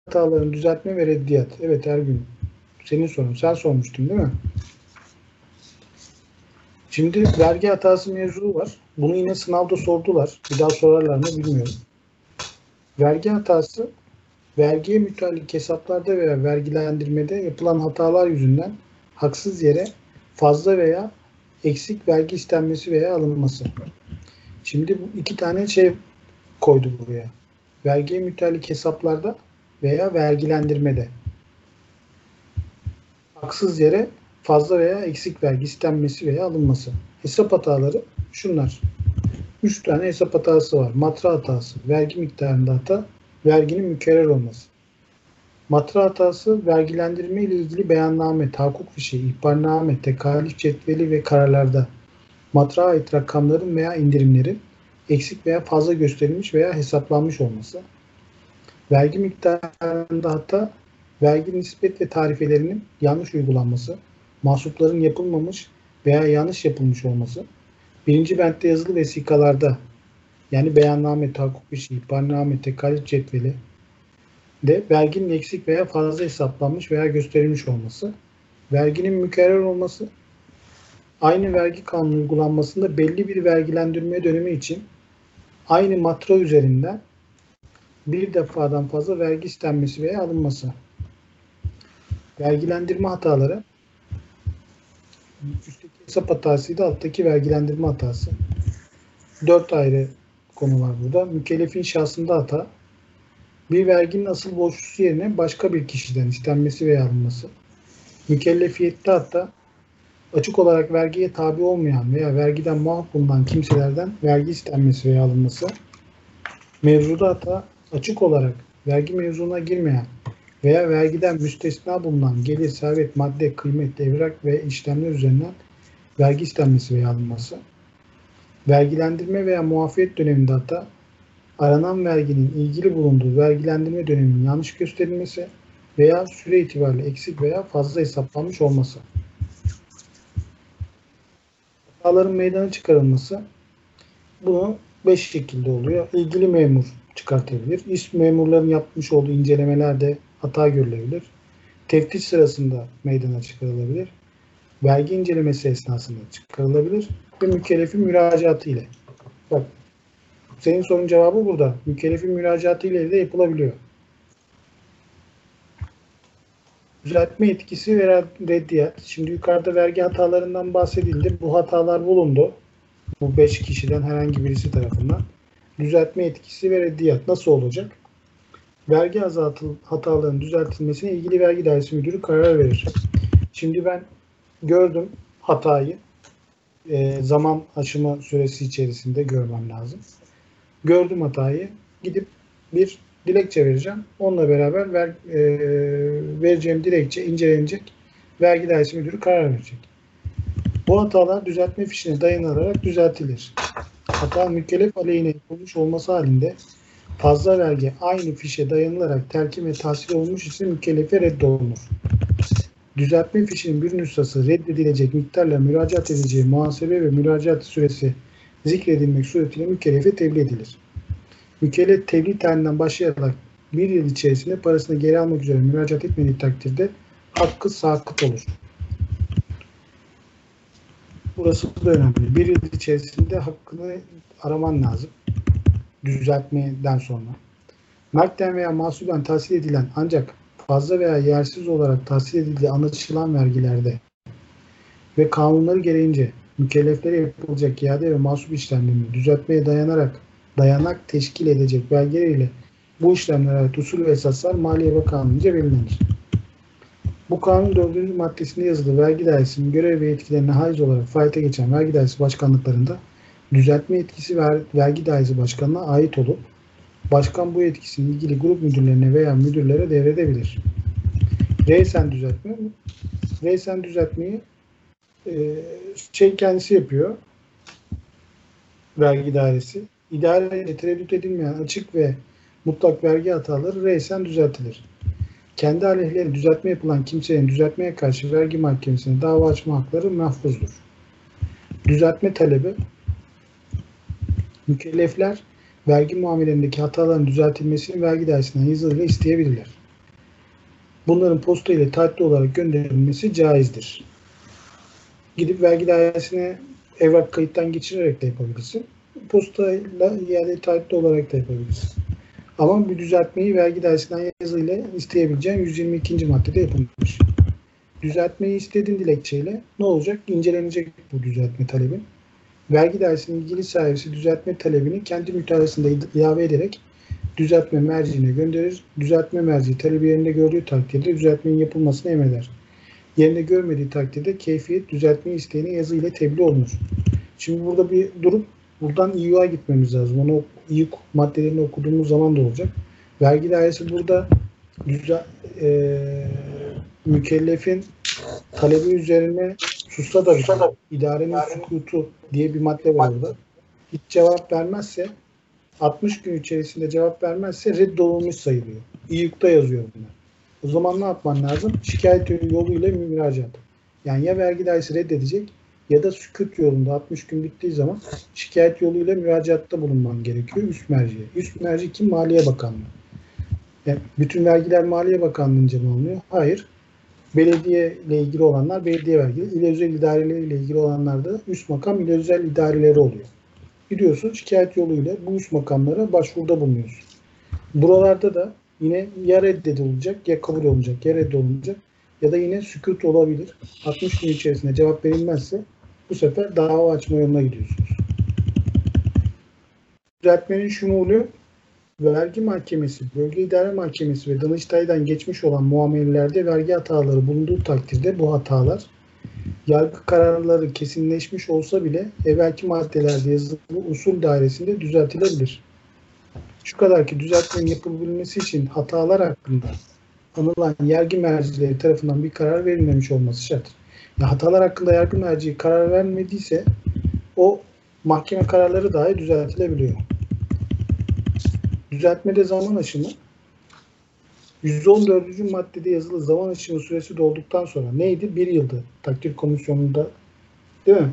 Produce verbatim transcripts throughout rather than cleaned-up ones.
hatalarını düzeltme ve reddiyat. Evet Ergün. Senin sorun. Sen sormuştun değil mi? Şimdi vergi hatası mevzu var. Bunu yine sınavda sordular. Bir daha sorarlar mı bilmiyorum. Vergi hatası, vergiye müteallik hesaplarda veya vergilendirmede yapılan hatalar yüzünden haksız yere fazla veya eksik vergi istenmesi veya alınması. Şimdi bu iki tane şey koydu buraya. Vergiye müteallik hesaplarda veya vergilendirmede haksız yere fazla veya eksik vergi istenmesi veya alınması. Hesap hataları şunlar. Üç tane hesap hatası var. Matra hatası, vergi miktarında hata, verginin mükerrer olması. Matra hatası, vergilendirme ile ilgili beyanname, tahakkuk fişi, ihbarname, tekalif cetveli ve kararlarda matrağa ait rakamların veya indirimlerin eksik veya fazla gösterilmiş veya hesaplanmış olması. Vergi miktarında hata, vergi nispet ve tarifelerinin yanlış uygulanması, mahsupların yapılmamış veya yanlış yapılmış olması. Birinci bentte yazılı vesikalarda yani beyanname, tahakkuk fişi, ihbarname, tekalif cetveli de verginin eksik veya fazla hesaplanmış veya gösterilmiş olması. Verginin mükerrer olması, aynı vergi kanunu uygulanmasında belli bir vergilendirme dönemi için aynı matra üzerinden bir defadan fazla vergi istenmesi veya alınması. Vergilendirme hataları, üstteki hesap hatasıydı, alttaki vergilendirme hatası. Dört ayrı konu var burada. Mükellefin şahsında hata, bir verginin asıl borçlusu yerine başka bir kişiden istenmesi veya alınması. Mükellefiyette hata, açık olarak vergiye tabi olmayan veya vergiden muaf bulunan kimselerden vergi istenmesi veya alınması. Mevzuda hata, açık olarak vergi mevzuna girmeyen veya vergiden müstesna bulunan gelir, servet, madde, kıymet, evrak ve işlemler üzerinden vergi istenmesi veya alınması. Vergilendirme veya muafiyet döneminde hata, aranan verginin ilgili bulunduğu vergilendirme döneminin yanlış gösterilmesi veya süre itibariyle eksik veya fazla hesaplanmış olması. Hataların meydana çıkarılması, bunu beş şekilde oluyor. İlgili memur çıkartabilir. İSP memurların yapmış olduğu incelemelerde hata görülebilir. Teftiş sırasında meydana çıkarılabilir. Vergi incelemesi esnasında çıkarılabilir ve mükellefin müracaatı ile. Bak, senin sorunun cevabı burada. Mükellefin müracaatı ile de yapılabiliyor. Düzeltme etkisi ve reddiyat. Şimdi yukarıda vergi hatalarından bahsedildi. Bu hatalar bulundu. Bu beş kişiden herhangi birisi tarafından. Düzeltme etkisi ve reddiyat nasıl olacak? Vergi azaltı hatalarının düzeltilmesine ilgili vergi dairesi müdürü karar verir. Şimdi ben gördüm hatayı. E, zaman aşımı süresi içerisinde görmem lazım. Gördüm hatayı. Gidip bir dilekçe vereceğim. Onunla beraber ver, e, vereceğim dilekçe incelenecek. Vergi dairesi müdürü karar verecek. Bu hatalar düzeltme fişine dayanılarak düzeltilir. Hata mükellef aleyhine yapılmış olması halinde fazla vergi aynı fişe dayanılarak terkim ve tahsil olmuş ise mükellefe reddolunur. Düzeltme fişinin bir nüshası reddedilecek miktarla müracaat edeceği muhasebe ve müracaat süresi zikredilmek suretiyle mükellefe tebliğ edilir. Mükellef tebliğ tarihinden başlayarak bir yıl içerisinde parasını geri almak üzere müracaat etmediği takdirde hakkı sakıt olur. Burası da önemli. Bir yıl içerisinde hakkını araman lazım. Düzeltmeden sonra. Nakden veya mahsuben tahsil edilen ancak fazla veya yersiz olarak tahsil edildiği anlaşılan vergilerde ve kanunları gereğince mükelleflere yapılacak iade ve mahsup işlemlerini düzeltmeye dayanarak dayanak teşkil edecek belgeleriyle bu işlemlere ait usul ve esaslar Maliye Bakanlığı'nca belirlenir. Bu kanun dördüncü maddesinde yazılı vergi dairesinin görev ve yetkilerine haiz olarak faaliyete geçen vergi dairesi başkanlıklarında düzeltme yetkisi vergi dairesi başkanına ait olup başkan bu yetkisini ilgili grup müdürlerine veya müdürlere devredebilir. Reysen düzeltme. Reysen düzeltmeyi e, şey kendisi yapıyor. Vergi dairesi. İdareyle tereddüt edilmeyen açık ve mutlak vergi hataları reysen düzeltilir. Kendi aleyhlerine düzeltme yapılan kimsenin düzeltmeye karşı vergi mahkemesine dava açma hakları mahfuzdur. Düzeltme talebi, mükellefler vergi muamellerindeki hataların düzeltilmesini vergi dairesinden yazılıyla isteyebilirler. bunların posta ile taahhütlü olarak gönderilmesi caizdir. Gidip vergi dairesine evrak kayıttan geçirerek de yapabilirsin. Postayla iade taahhütlü olarak da yapabilirsin. Ama bu düzeltmeyi vergi dairesinden yazıyla isteyebileceğin yüz yirmi ikinci maddede yapılmış. Düzeltmeyi istediğin dilekçeyle ne olacak? İncelenecek bu düzeltme talebin. Vergi dairesinin ilgili sahibisi düzeltme talebini kendi müteahhisinde ilave ederek düzeltme merciğine gönderir. Düzeltme merciği talebi yerinde gördüğü takdirde düzeltmenin yapılmasını emreder. Yerinde görmediği takdirde keyfiyet düzeltme isteğine yazı ile tebliğ olunur. Şimdi burada bir durup buradan İ U'ya gitmemiz lazım. Onu İ U maddelerini okuduğumuz zaman da olacak. Vergi dairesi burada düzel, e, mükellefin talebi üzerine sussa da bir idarenin sükutu diye bir madde var orada. Hiç cevap vermezse altmış gün içerisinde cevap vermezse reddolunmuş sayılıyor. İ U'da yazıyor bunlar. O zaman ne yapman lazım? Şikayet yoluyla müracaat. Yani ya vergi dairesi reddedecek ya da sükut yolunda altmış gün bittiği zaman şikayet yoluyla müracaatta bulunman gerekiyor üst merciye. Üst merci kim? Maliye Bakanlığı. Yani bütün vergiler Maliye Bakanlığı'nca mı alınıyor? Hayır. Belediye ile ilgili olanlar belediye vergileri, il özel idareleri ile ilgili olanlar da üst makam il özel idareleri oluyor. Gidiyorsun şikayet yoluyla bu üst makamlara başvuruda bulunuyorsun. Buralarda da yine ya reddedilecek ya kabul olunacak ya reddolunacak ya da yine sükut olabilir. altmış gün içerisinde cevap verilmezse bu sefer dava açma yoluna gidiyorsunuz. Düzeltmenin şumulü vergi mahkemesi, bölge idare mahkemesi ve Danıştay'dan geçmiş olan muamelelerde vergi hataları bulunduğu takdirde bu hatalar yargı kararları kesinleşmiş olsa bile evvelki maddelerde yazılı usul dairesinde düzeltilebilir. Şu kadar ki düzeltmenin yapılabilmesi için hatalar hakkında anılan yargı mercileri tarafından bir karar verilmemiş olması şart. Ya hatalar hakkında yargı merci karar vermediyse o mahkeme kararları dahi düzeltilebiliyor. Düzeltmede zaman aşımı yüz on dördüncü maddede yazılı zaman aşımı süresi dolduktan sonra neydi? Bir yıldı. Takdir komisyonunda değil mi?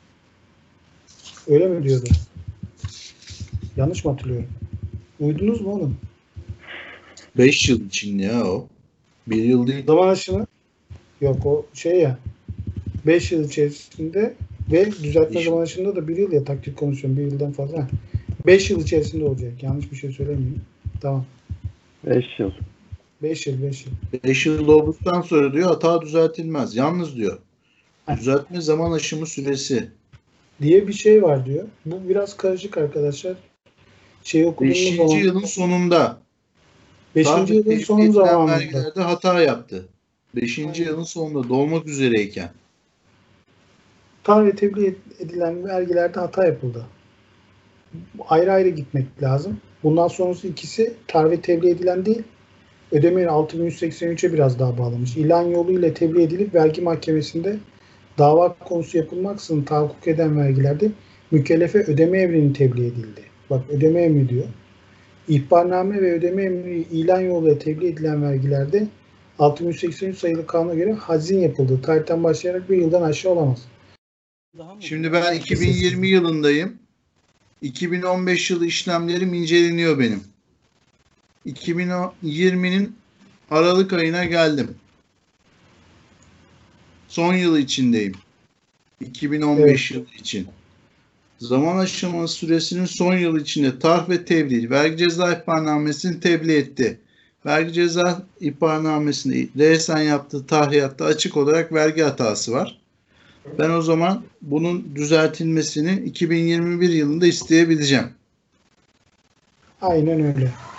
Öyle mi diyordu? Yanlış mı hatırlıyorum? Uydunuz mu oğlum? beş yıl için ya o. Bir yıl değil. Zaman aşımı yok o şey ya beş yıl içerisinde ve düzeltme beş zaman aşımında da bir yıl ya takdir komisyonu bir yıldan fazla. beş yıl içerisinde olacak. Yanlış bir şey söylemeyeyim. Tamam. beş yıl. beş yıl beş yıl. beş yıl olduktan sonra diyor hata düzeltilmez. Yalnız diyor. Düzeltme zaman aşımı süresi. Diye bir şey var diyor. Bu biraz karışık arkadaşlar. Şey okuduğumuz beşinci zaman. yılın sonunda. beşinci yılın son zamanında. Vergilerde hata yaptı. beşinci yılın sonunda dolmak üzereyken. Tarih tebliğ edilen vergilerde hata yapıldı. Ayrı ayrı gitmek lazım. Bundan sonrası ikisi tarih tebliğ edilen değil, ödemenin altı bin yüz seksen üçe biraz daha bağlamış. İlan yoluyla tebliğ edilip vergi mahkemesinde dava konusu yapılmaksızın tahakkuk eden vergilerde mükellefe ödeme emrinin tebliğ edildi. Bak ödeme emri diyor. İhbarname ve ödeme emri ilan yoluyla tebliğ edilen vergilerde altı bin yüz seksen üç sayılı kanuna göre hazin yapıldığı tarihten başlayarak bir yıldan aşağı olamaz. Şimdi ben iki bin yirmi yılındayım. iki bin on beş yılı işlemlerim inceleniyor benim. iki bin yirminin Aralık ayına geldim. Son yıl içindeyim. iki bin on beş evet. Yılı için. Zaman aşımı süresinin son yıl içinde tarh ve tebliğ, vergi ceza ihbarnamesini tebliğ etti. Vergi ceza ihbarnamesinde resen yaptığı tahriyatta açık olarak vergi hatası var. Ben o zaman bunun düzeltilmesini iki bin yirmi bir yılında isteyebileceğim. Aynen öyle.